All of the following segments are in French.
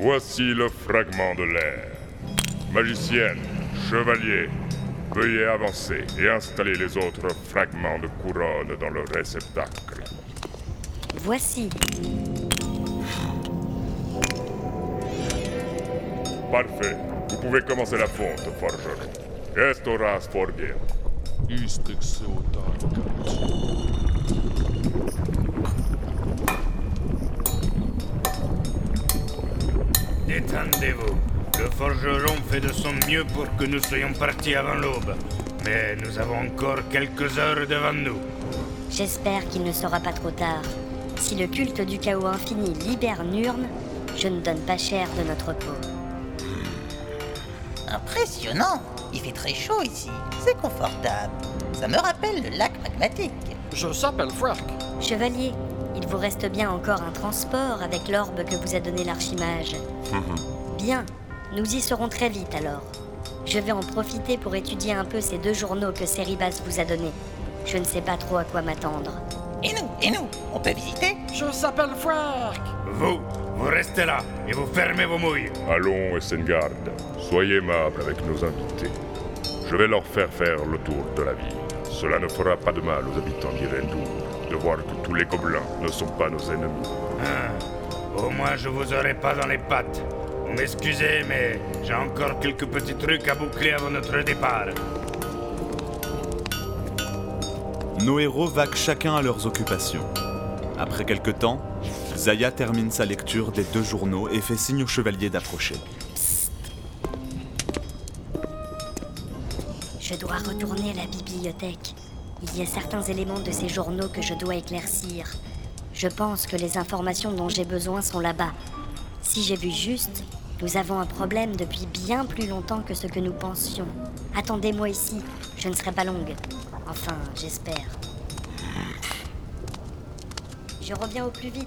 Voici le fragment de l'air. Magicienne, chevalier, veuillez avancer et installer les autres fragments de couronne dans le réceptacle. Voici. Parfait. Vous pouvez commencer la fonte, forgeron. Est horas forget. Détendez-vous. Le forgeron fait de son mieux pour que nous soyons partis avant l'aube. Mais nous avons encore quelques heures devant nous. J'espère qu'il ne sera pas trop tard. Si le culte du chaos infini libère Nurn, je ne donne pas cher de notre peau. Impressionnant. Il fait très chaud ici. C'est confortable. Ça me rappelle le lac magmatique. Je s'appelle Fwerk. Chevalier, il vous reste bien encore un transport avec l'orbe que vous a donné l'archimage. Bien, nous y serons très vite alors. Je vais en profiter pour étudier un peu ces 2 journaux que Ceribas vous a donnés. Je ne sais pas trop à quoi m'attendre. Et nous, on peut visiter? Je s'appelle Fwerk. Vous restez là et vous fermez vos mouilles. Allons, Essengard. Soyez aimables avec nos invités. Je vais leur faire le tour de la ville. Cela ne fera pas de mal aux habitants d'Irendur de voir que tous les gobelins ne sont pas nos ennemis. Au moins je vous aurai pas dans les pattes. Vous m'excusez, mais j'ai encore quelques petits trucs à boucler avant notre départ. Nos héros vaquent chacun à leurs occupations. Après quelque temps, Zaya termine sa lecture des 2 journaux et fait signe au chevalier d'approcher. Je dois retourner à la bibliothèque. Il y a certains éléments de ces journaux que je dois éclaircir. Je pense que les informations dont j'ai besoin sont là-bas. Si j'ai vu juste, nous avons un problème depuis bien plus longtemps que ce que nous pensions. Attendez-moi ici, je ne serai pas longue. Enfin, j'espère. Je reviens au plus vite.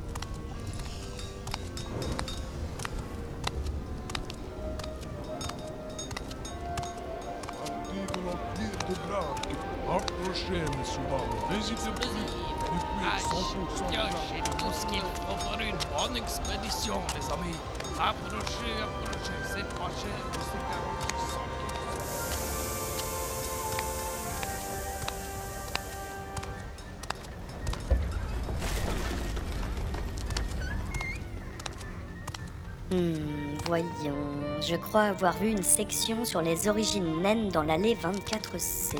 Approchez, monsieur Ball. N'hésitez plus. Depuis 100% J'ai tout ce qu'il faut pour une bonne expédition, les amis. Approchez, c'est pas cher, c'est 40%. Voyons, je crois avoir vu une section sur les origines naines dans l'allée 24C.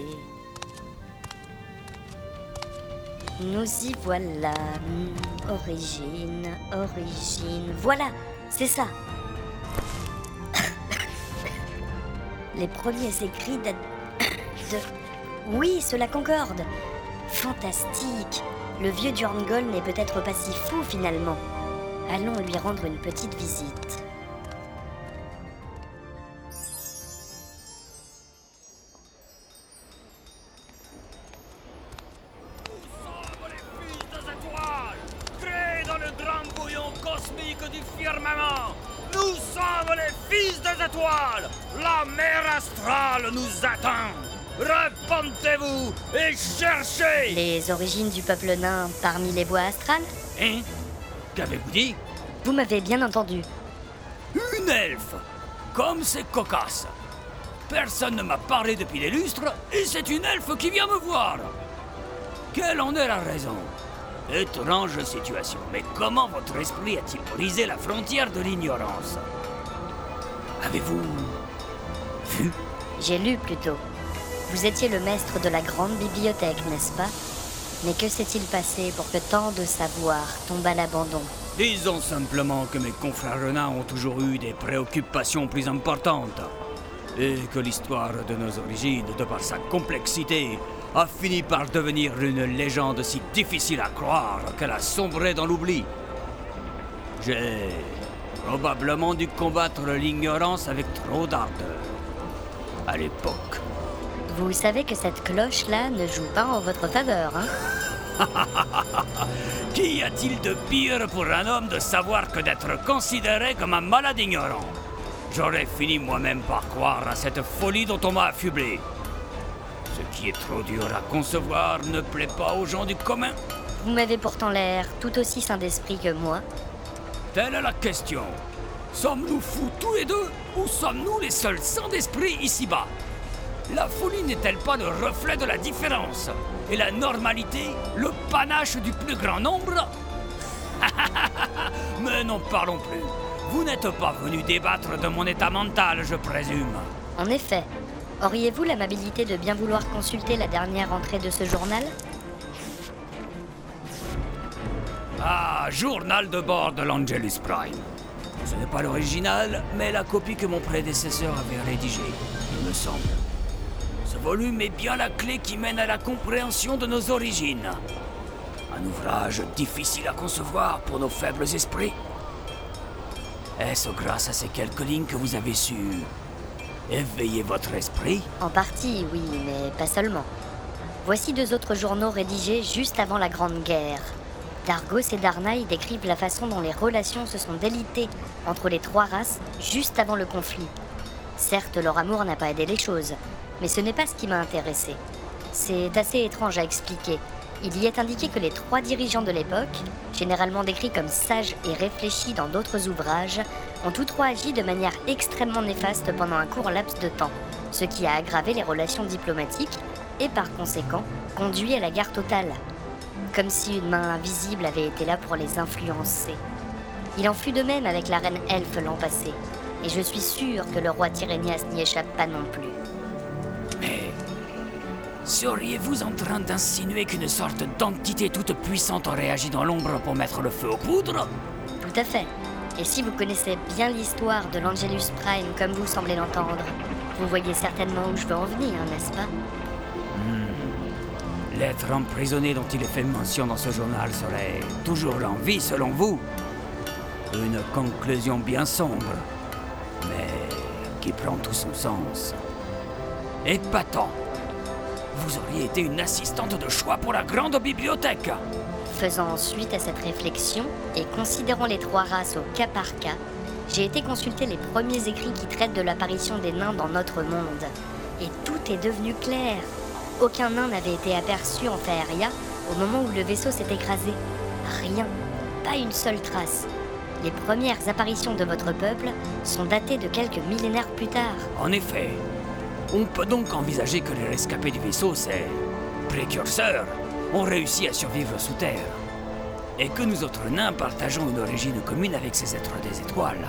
Nous y voilà. Origine. Voilà, c'est ça. Les premiers écrits datent de... Oui, cela concorde. Fantastique. Le vieux Durngol n'est peut-être pas si fou finalement. Allons lui rendre une petite visite. Cosmique du firmament, nous sommes les fils des étoiles. La mer astrale nous attend. Répondez-vous et cherchez. Les origines du peuple nain parmi les bois astrales ? Hein? Qu'avez-vous dit? Vous m'avez bien entendu. Une elfe. Comme c'est cocasse. Personne ne m'a parlé depuis des lustres et c'est une elfe qui vient me voir. Quelle en est la raison? Étrange situation, mais comment votre esprit a-t-il brisé la frontière de l'ignorance? Avez-vous vu? J'ai lu plutôt. Vous étiez le maître de la grande bibliothèque, n'est-ce pas? Mais que s'est-il passé pour que tant de savoir tombe à l'abandon? Disons simplement que mes confrères nains ont toujours eu des préoccupations plus importantes. Et que l'histoire de nos origines, de par sa complexité, a fini par devenir une légende si difficile à croire qu'elle a sombré dans l'oubli. J'ai probablement dû combattre l'ignorance avec trop d'ardeur. À l'époque. Vous savez que cette cloche-là ne joue pas en votre faveur, hein? Qu'y a-t-il de pire pour un homme de savoir que d'être considéré comme un malade ignorant? J'aurais fini moi-même par croire à cette folie dont on m'a affublé. Ce qui est trop dur à concevoir ne plaît pas aux gens du commun. Vous m'avez pourtant l'air tout aussi sain d'esprit que moi. Telle est la question. Sommes-nous fous tous les deux ou sommes-nous les seuls sans d'esprit ici-bas? La folie n'est-elle pas le reflet de la différence? Et la normalité, le panache du plus grand nombre? Mais n'en parlons plus. Vous n'êtes pas venu débattre de mon état mental, je présume. En effet. Auriez-vous l'amabilité de bien vouloir consulter la dernière entrée de ce journal? Ah, journal de bord de l'Angelus Prime. Ce n'est pas l'original, mais la copie que mon prédécesseur avait rédigée, il me semble. Ce volume est bien la clé qui mène à la compréhension de nos origines. Un ouvrage difficile à concevoir pour nos faibles esprits. Est-ce grâce à ces quelques lignes que vous avez su éveiller votre esprit? En partie, oui, mais pas seulement. Voici 2 autres journaux rédigés juste avant la Grande Guerre. Dargos et Darnay décrivent la façon dont les relations se sont délitées entre les 3 races juste avant le conflit. Certes, leur amour n'a pas aidé les choses, mais ce n'est pas ce qui m'a intéressé. C'est assez étrange à expliquer. Il y est indiqué que les 3 dirigeants de l'époque, généralement décrits comme sages et réfléchis dans d'autres ouvrages, ont tous 3 agi de manière extrêmement néfaste pendant un court laps de temps, ce qui a aggravé les relations diplomatiques et par conséquent conduit à la guerre totale. Comme si une main invisible avait été là pour les influencer. Il en fut de même avec la reine Elfe l'an passé, et je suis sûre que le roi Tyrénias n'y échappe pas non plus. Mais seriez-vous en train d'insinuer qu'une sorte d'entité toute puissante aurait agi dans l'ombre pour mettre le feu aux poudres? Tout à fait. Et si vous connaissez bien l'histoire de l'Angelus Prime comme vous semblez l'entendre, vous voyez certainement où je veux en venir, n'est-ce pas? L'être emprisonné dont il est fait mention dans ce journal serait toujours en vie, selon vous? Une conclusion bien sombre, mais qui prend tout son sens. Épatant. Vous auriez été une assistante de choix pour la grande bibliothèque. Faisant suite à cette réflexion et considérant les 3 races au cas par cas, j'ai été consulter les premiers écrits qui traitent de l'apparition des nains dans notre monde. Et tout est devenu clair. Aucun nain n'avait été aperçu en Faeria au moment où le vaisseau s'est écrasé. Rien, pas une seule trace. Les premières apparitions de votre peuple sont datées de quelques millénaires plus tard. En effet, on peut donc envisager que les rescapés du vaisseau, ces précurseurs, ont réussi à survivre sous terre. Et que nous autres nains partageons une origine commune avec ces êtres des étoiles.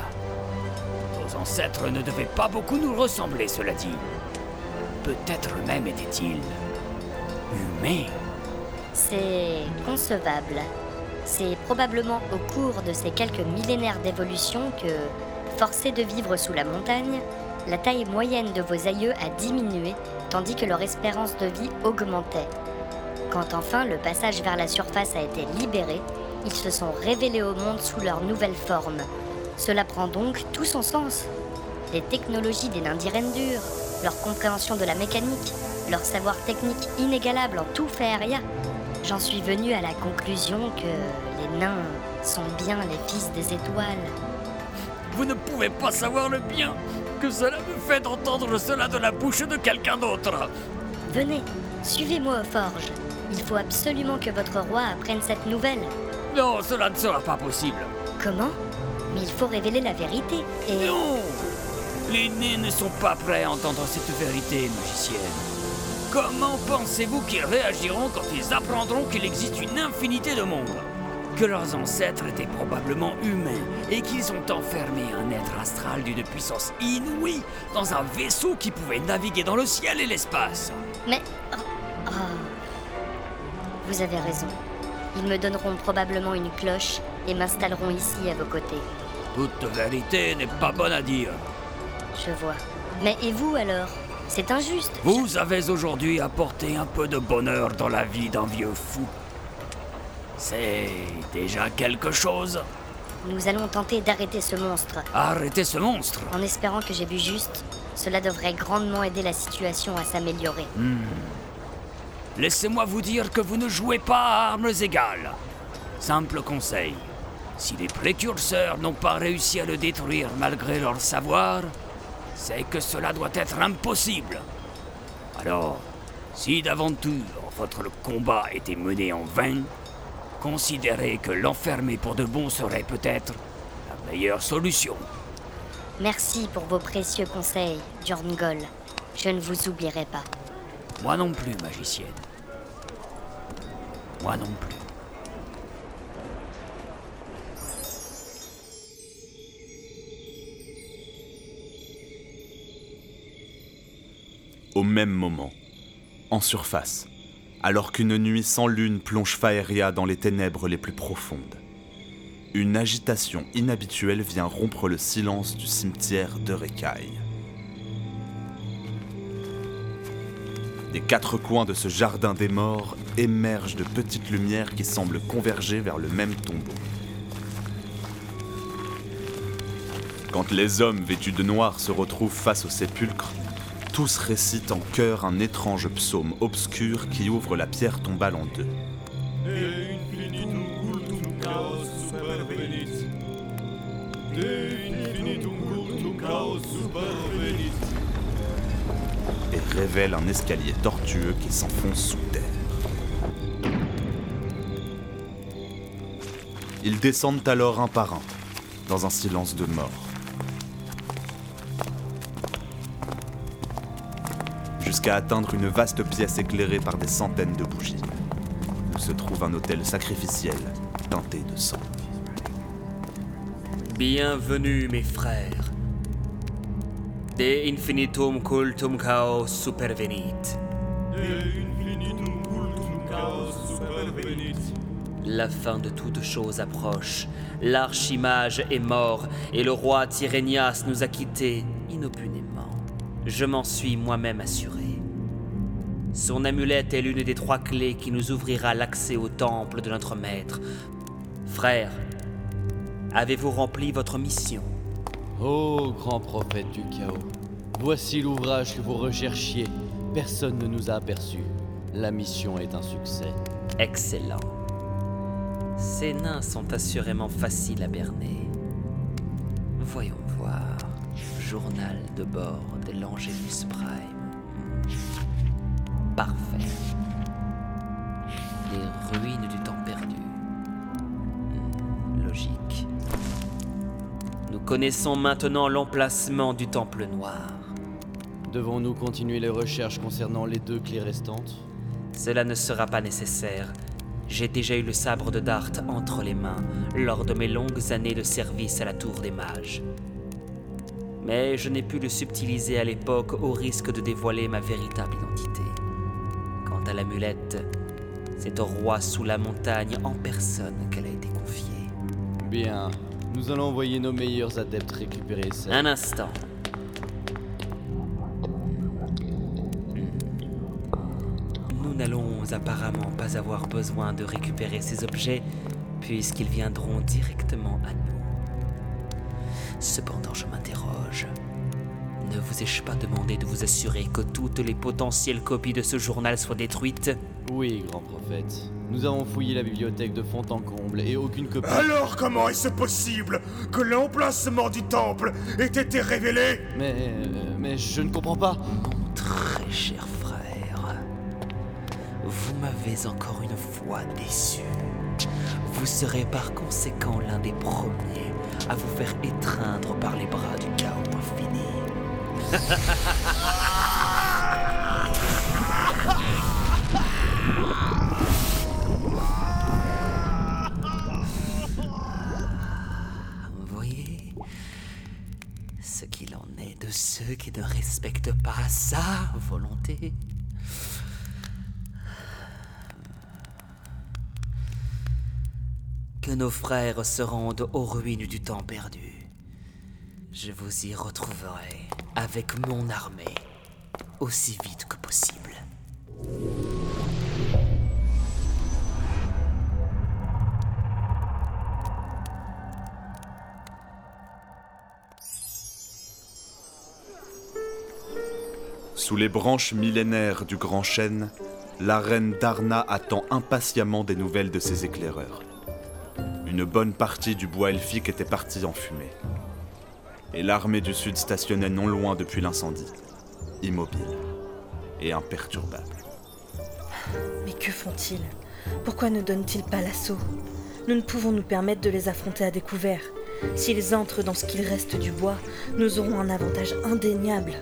Nos ancêtres ne devaient pas beaucoup nous ressembler, cela dit. Peut-être même étaient-ils humains. C'est concevable. C'est probablement au cours de ces quelques millénaires d'évolution que, forcés de vivre sous la montagne, la taille moyenne de vos aïeux a diminué, tandis que leur espérance de vie augmentait. Quand enfin le passage vers la surface a été libéré, ils se sont révélés au monde sous leur nouvelle forme. Cela prend donc tout son sens. Les technologies des nains d'Irendur, leur compréhension de la mécanique, leur savoir technique inégalable en tout Faeria. J'en suis venue à la conclusion que les nains sont bien les fils des étoiles. Vous ne pouvez pas savoir le bien que cela me fait d'entendre cela de la bouche de quelqu'un d'autre. Venez, suivez-moi aux forges. Il faut absolument que votre roi apprenne cette nouvelle. Non, cela ne sera pas possible. Comment? Mais il faut révéler la vérité et... Non! Les nés ne sont pas prêts à entendre cette vérité, magicienne. Comment pensez-vous qu'ils réagiront quand ils apprendront qu'il existe une infinité de mondes? Que leurs ancêtres étaient probablement humains et qu'ils ont enfermé un être astral d'une puissance inouïe dans un vaisseau qui pouvait naviguer dans le ciel et l'espace? Mais... oh. Vous avez raison. Ils me donneront probablement une cloche et m'installeront ici à vos côtés. Toute vérité n'est pas bonne à dire. Je vois. Mais et vous alors? C'est injuste. Vous avez aujourd'hui apporté un peu de bonheur dans la vie d'un vieux fou. C'est déjà quelque chose. Nous allons tenter d'arrêter ce monstre. Arrêtez ce monstre. En espérant que j'ai bu juste, cela devrait grandement aider la situation à s'améliorer. Laissez-moi vous dire que vous ne jouez pas à armes égales. Simple conseil. Si les précurseurs n'ont pas réussi à le détruire malgré leur savoir, c'est que cela doit être impossible. Alors, si d'aventure votre combat était mené en vain, considérez que l'enfermer pour de bon serait peut-être la meilleure solution. Merci pour vos précieux conseils, Jorngol. Je ne vous oublierai pas. Moi non plus, magicienne. Moi non plus. Au même moment, en surface, alors qu'une nuit sans lune plonge Faeria dans les ténèbres les plus profondes, une agitation inhabituelle vient rompre le silence du cimetière de Rekai. Des quatre coins de ce jardin des morts émergent de petites lumières qui semblent converger vers le même tombeau. Quand les hommes vêtus de noir se retrouvent face au sépulcre, tous récitent en chœur un étrange psaume obscur qui ouvre la pierre tombale en deux. De infinitum cultum chaos supervenit. De infinitum cultum chaos supervenit. Et révèle un escalier tortueux qui s'enfonce sous terre. Ils descendent alors un par un, dans un silence de mort. Jusqu'à atteindre une vaste pièce éclairée par des centaines de bougies, où se trouve un autel sacrificiel teinté de sang. Bienvenue, mes frères. De infinitum cultum chaos supervenit. De infinitum cultum chaos supervenit. La fin de toute chose approche. L'archimage est mort et le roi Tyrrhénias nous a quittés inopunément. Je m'en suis moi-même assuré. Son amulette est l'une des 3 clés qui nous ouvrira l'accès au temple de notre maître. Frères, avez-vous rempli votre mission? Ô grand prophète du chaos, voici l'ouvrage que vous recherchiez. Personne ne nous a aperçus. La mission est un succès. Excellent. Ces nains sont assurément faciles à berner. Voyons voir. Journal de bord de l'Angelus Prime. Parfait. Les ruines du temps perdu. Logique. Nous connaissons maintenant l'emplacement du Temple Noir. Devons-nous continuer les recherches concernant les 2 clés restantes? Cela ne sera pas nécessaire. J'ai déjà eu le sabre de Dart entre les mains lors de mes longues années de service à la Tour des Mages. Mais je n'ai pu le subtiliser à l'époque au risque de dévoiler ma véritable identité. Quant à l'amulette, c'est au roi sous la montagne en personne qu'elle a été confiée. Bien, nous allons envoyer nos meilleurs adeptes récupérer ça. Un instant. Nous n'allons apparemment pas avoir besoin de récupérer ces objets, puisqu'ils viendront directement à nous. Cependant, je m'interroge. Ne vous ai-je pas demandé de vous assurer que toutes les potentielles copies de ce journal soient détruites? Oui, grand prophète. Nous avons fouillé la bibliothèque de fond en comble et aucune copie... Alors comment est-ce possible que l'emplacement du temple ait été révélé? Mais je ne comprends pas. Mon très cher frère, vous m'avez encore une fois déçu. Vous serez par conséquent l'un des premiers à vous faire étreindre par les bras du chaos infini. Vous voyez ce qu'il en est de ceux qui ne respectent pas sa volonté. Que nos frères se rendent aux ruines du temps perdu. Je vous y retrouverai avec mon armée, aussi vite que possible. Sous les branches millénaires du grand chêne, la reine Darna attend impatiemment des nouvelles de ses éclaireurs. Une bonne partie du bois elfique était partie en fumée. Et l'armée du Sud stationnait non loin depuis l'incendie, immobile et imperturbable. Mais que font-ils? Pourquoi ne donnent-ils pas l'assaut? Nous ne pouvons nous permettre de les affronter à découvert. S'ils entrent dans ce qu'il reste du bois, nous aurons un avantage indéniable.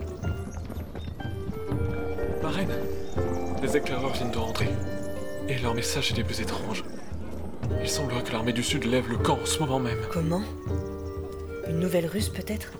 Ma reine, les éclaireurs viennent de rentrer. Et leur message est des plus étranges. Il semblerait que l'armée du Sud lève le camp en ce moment même. Comment? Une nouvelle ruse peut-être?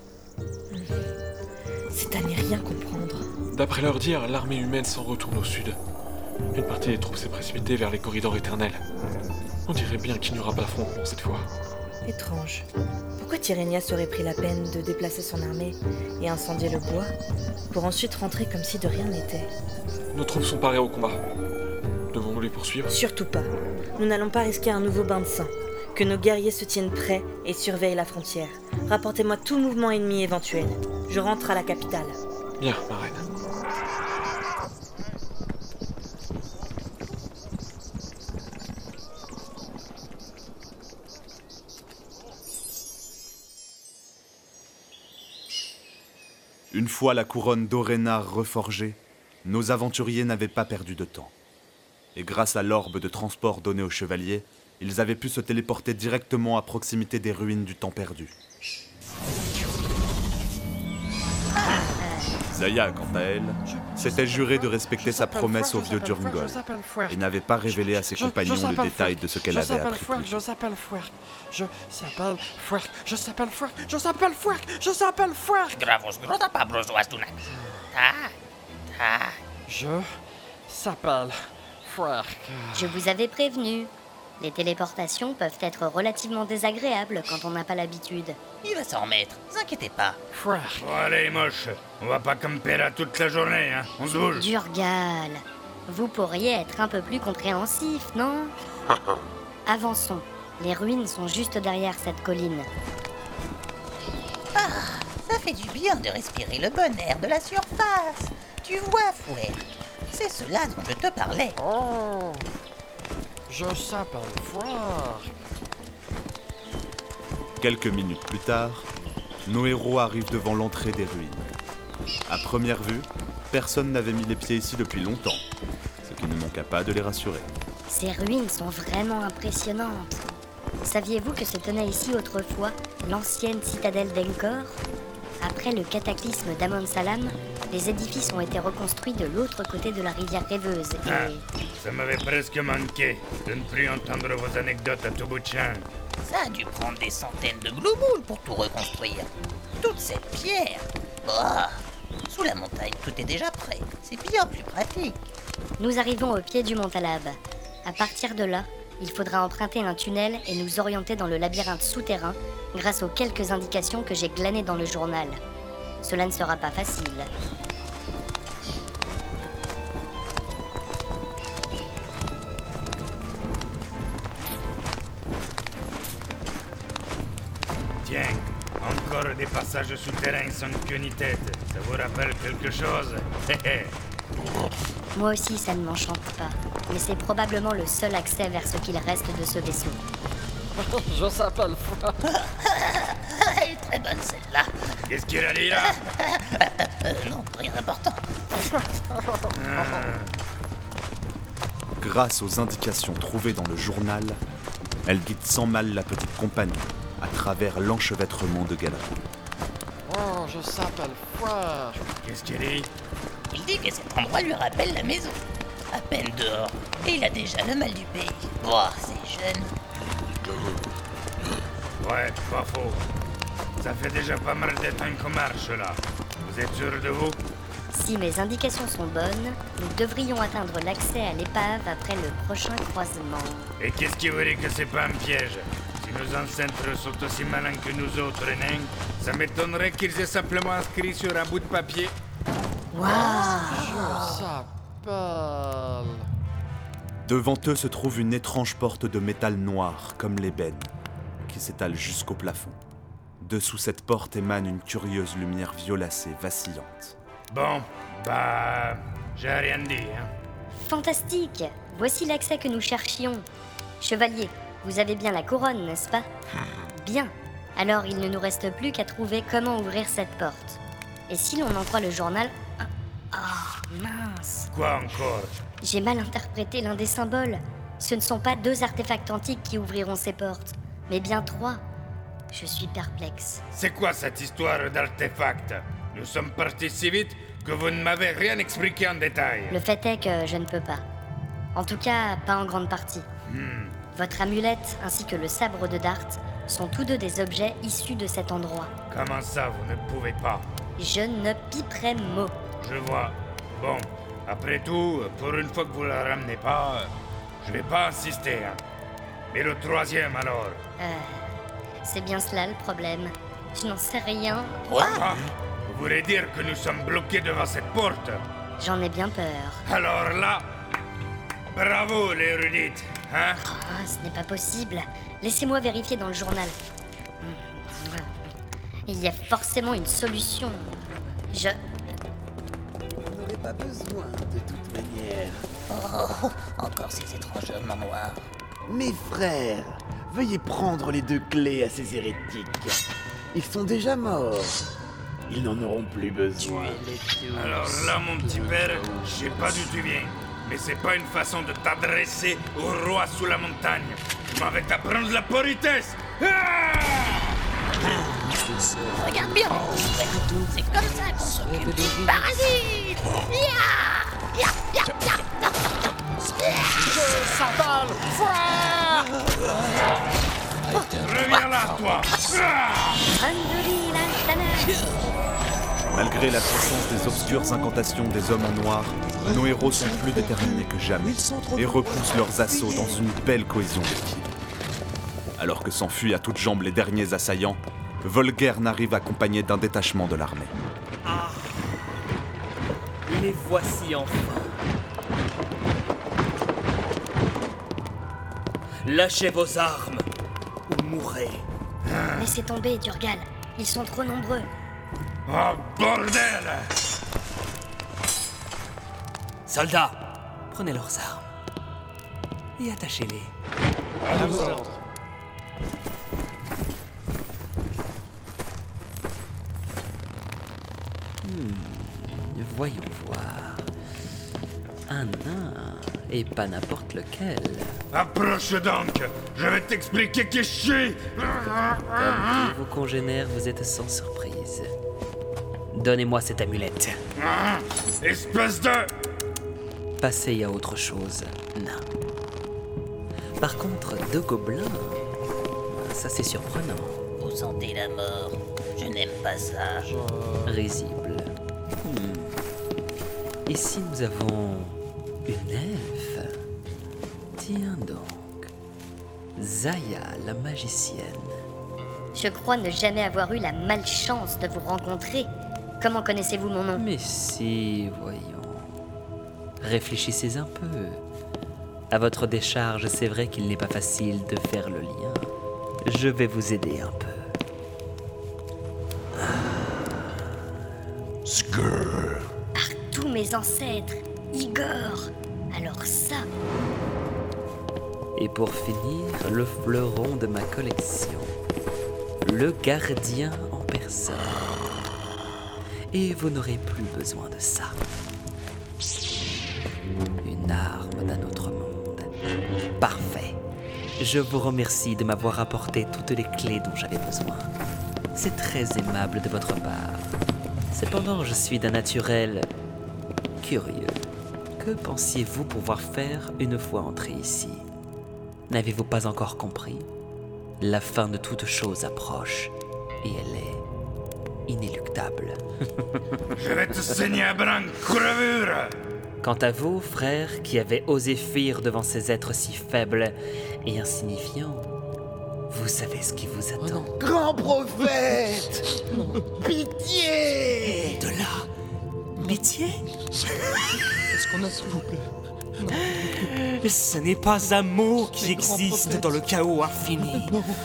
C'est à n'y rien comprendre. D'après leur dire, l'armée humaine s'en retourne au sud. Une partie des troupes s'est précipitée vers les corridors éternels. On dirait bien qu'il n'y aura pas d'affrontement cette fois. Étrange. Pourquoi Tyrrhénias aurait pris la peine de déplacer son armée et incendier le bois, pour ensuite rentrer comme si de rien n'était? Nos troupes sont parées au combat. Devons-nous les poursuivre? Surtout pas. Nous n'allons pas risquer un nouveau bain de sang. Que nos guerriers se tiennent prêts et surveillent la frontière. Rapportez-moi tout mouvement ennemi éventuel. Je rentre à la capitale. Bien, ma reine. Une fois la couronne d'Orénar reforgée, nos aventuriers n'avaient pas perdu de temps. Et grâce à l'orbe de transport donné aux chevaliers, ils avaient pu se téléporter directement à proximité des ruines du temps perdu. Zaya, quant à elle, s'était jurée de respecter sa promesse au vieux Durngol et n'avait pas révélé à ses compagnons le détail de ce qu'elle avait appris. Je s'appelle Fouerk. Je s'appelle Fouerk. Je s'appelle Fouerk. Je s'appelle Fouerk. Je s'appelle Fouerk. Gravos groda pabros wastunak. Je s'appelle Fouerk. Je vous avais prévenu. Les téléportations peuvent être relativement désagréables quand on n'a pas l'habitude. Il va s'en remettre, ne vous inquiétez pas. Fouerk. Bon allez, moche. On va pas camper là toute la journée, hein. On se bouge. Durgal, vous pourriez être un peu plus compréhensif, non? Avançons. Les ruines sont juste derrière cette colline. Ça fait du bien de respirer le bon air de la surface. Tu vois, Fouet, c'est cela dont je te parlais. Oh. Je s'appelle Fouerk. Quelques minutes plus tard, nos héros arrivent devant l'entrée des ruines. À première vue, personne n'avait mis les pieds ici depuis longtemps, ce qui ne manqua pas de les rassurer. Ces ruines sont vraiment impressionnantes. Saviez-vous que se tenait ici autrefois l'ancienne citadelle d'Enkor? Après le cataclysme d'Amon-Salam, les édifices ont été reconstruits de l'autre côté de la rivière rêveuse et... Ça m'avait presque manqué de ne plus entendre vos anecdotes à tout bout de champ. Ça a dû prendre des centaines de glouboules pour tout reconstruire. Toute cette pierre. Bah, sous la montagne, tout est déjà prêt. C'est bien plus pratique. Nous arrivons au pied du mont Talab. À partir de là, il faudra emprunter un tunnel et nous orienter dans le labyrinthe souterrain grâce aux quelques indications que j'ai glanées dans le journal. Cela ne sera pas facile. Tiens, encore des passages souterrains sans queue ni tête. Ça vous rappelle quelque chose? Moi aussi, ça ne m'enchante pas. Mais c'est probablement le seul accès vers ce qu'il reste de ce vaisseau. Je s'appelle Fouerk. Elle est très bonne celle-là. Qu'est-ce qu'il a dit là? Non, rien d'important. Grâce aux indications trouvées dans le journal, elle guide sans mal la petite compagnie à travers l'enchevêtrement de galeries. Oh, je s'appelle Fouerk. Qu'est-ce qu'il dit? Il dit que cet endroit lui rappelle la maison. À peine dehors, et il a déjà le mal du pays. Oh, c'est jeune. Ouais, pas faux. Ça fait déjà pas mal d'être un comarche là. Vous êtes sûr de vous? Si mes indications sont bonnes, nous devrions atteindre l'accès à l'épave après le prochain croisement. Et qu'est-ce qui vous dit que c'est pas un piège? Si nos ancêtres sont aussi malins que nous autres nains, ça m'étonnerait qu'ils aient simplement inscrit sur un bout de papier. Je s'appelle... Devant eux se trouve une étrange porte de métal noir, comme l'ébène, qui s'étale jusqu'au plafond. Dessous cette porte émane une curieuse lumière violacée, vacillante. Bon, bah... j'ai rien dit, hein. Fantastique! Voici l'accès que nous cherchions. Chevalier, vous avez bien la couronne, n'est-ce pas? Bien. Alors il ne nous reste plus qu'à trouver comment ouvrir cette porte. Et si l'on en croit le journal... Oh, mince. Quoi encore? J'ai mal interprété l'un des symboles. Ce ne sont pas 2 artefacts antiques qui ouvriront ces portes, mais bien 3. Je suis perplexe. C'est quoi cette histoire d'artefact? Nous sommes partis si vite que vous ne m'avez rien expliqué en détail. Le fait est que je ne peux pas. En tout cas, pas en grande partie. Votre amulette ainsi que le sabre de Dart sont tous deux des objets issus de cet endroit. Comment ça, vous ne pouvez pas? Je ne piperai mot. Je vois. Bon, après tout, pour une fois que vous la ramenez pas, je vais pas insister, hein. Mais le troisième, alors? C'est bien cela le problème. Je n'en sais rien. Ah, vous voulez dire que nous sommes bloqués devant cette porte? J'en ai bien peur. Alors là, bravo l'érudite, hein? Oh, ce n'est pas possible. Laissez-moi vérifier dans le journal. Il y a forcément une solution. Vous n'aurez pas besoin de toute manière. Oh, encore ces étranges hommes en noir. Mes frères, veuillez prendre les 2 clés à ces hérétiques. Ils sont déjà morts. Ils n'en auront plus besoin. Alors là, mon petit père, je sais pas d'où tu viens, mais c'est pas une façon de t'adresser au roi sous la montagne. Tu m'avais t'apprendre la politesse. Regarde bien, c'est comme ça qu'on s'occupe du paradis. Reviens là, toi. Malgré la puissance des obscures incantations des hommes en noir, nos héros sont plus déterminés que jamais et repoussent leurs assauts dans une belle cohésion d'équipe. Alors que s'enfuient à toutes jambes les derniers assaillants, Volgaire n'arrive accompagné d'un détachement de l'armée. Ah, les voici enfin. Lâchez vos armes ou mourrez. Laissez tomber, Durgal. Ils sont trop nombreux. Oh, bordel! Soldats, prenez leurs armes et attachez-les. À vos ordres. Voyons voir. Un nain, et pas n'importe lequel. Approche donc! Je vais t'expliquer qui je suis! Comme tous vos congénères, vous êtes sans surprise. Donnez-moi cette amulette. Espèce de... Passez à autre chose, nain. Par contre, 2 gobelins, ça c'est surprenant. Vous sentez la mort. Je n'aime pas ça. Risible. Ici nous avons une elfe. Tiens donc. Zaya, la magicienne. Je crois ne jamais avoir eu la malchance de vous rencontrer. Comment connaissez-vous mon nom? Mais si, voyons. Réfléchissez un peu. À votre décharge, c'est vrai qu'il n'est pas facile de faire le lien. Je vais vous aider un peu. Par tous mes ancêtres, Igor. Alors ça... Et pour finir, le fleuron de ma collection. Le gardien en personne. Et vous n'aurez plus besoin de ça. Une arme d'un autre monde. Parfait. Je vous remercie de m'avoir apporté toutes les clés dont j'avais besoin. C'est très aimable de votre part. Cependant, je suis d'un naturel curieux. Que pensiez-vous pouvoir faire une fois entré ici? N'avez-vous pas encore compris? La fin de toute chose approche, et elle est inéluctable. Je vais te saigner à blanc, crevure! Quant à vous, frères, qui avez osé fuir devant ces êtres si faibles et insignifiants, vous savez ce qui vous attend. Grand prophète! Pitié! De là, pitié? Est-ce qu'on a s'il vous plaît? Ce n'est pas un mot qui existe dans le chaos infini.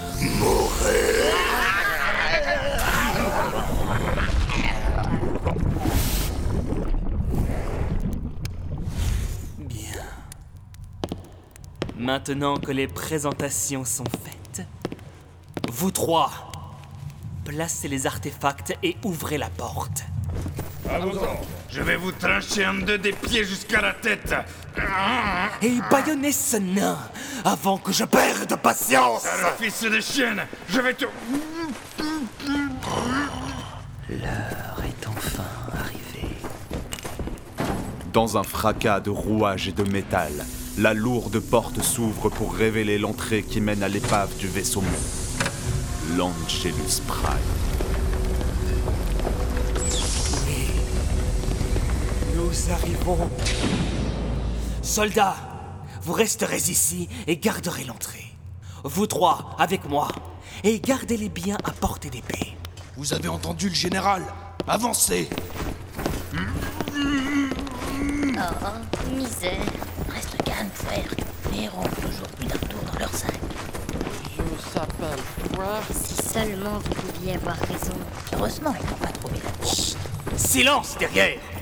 Bien. Maintenant que les présentations sont faites, vous 3, placez les artefacts et ouvrez la porte. À vos ordres. Je vais vous trancher en 2 des pieds jusqu'à la tête. Et bâillonnez ce nain avant que je perde patience. Sale fils de chienne, je vais te... L'heure est enfin arrivée. Dans un fracas de rouages et de métal, la lourde porte s'ouvre pour révéler l'entrée qui mène à l'épave du vaisseau mont. L'Angelus Prime. Oui. Nous arrivons. Soldats, vous resterez ici et garderez l'entrée. Vous trois, avec moi, et gardez-les bien à portée d'épée. Vous avez entendu le général? Avancez! Oh, misère. Reste calme, frère. Les héros ont toujours plus d'un tour dans leur sac. Je s'appelle Fouark. Si seulement vous pouviez avoir raison. Heureusement, ils n'ont pas trouvé la... Silence derrière!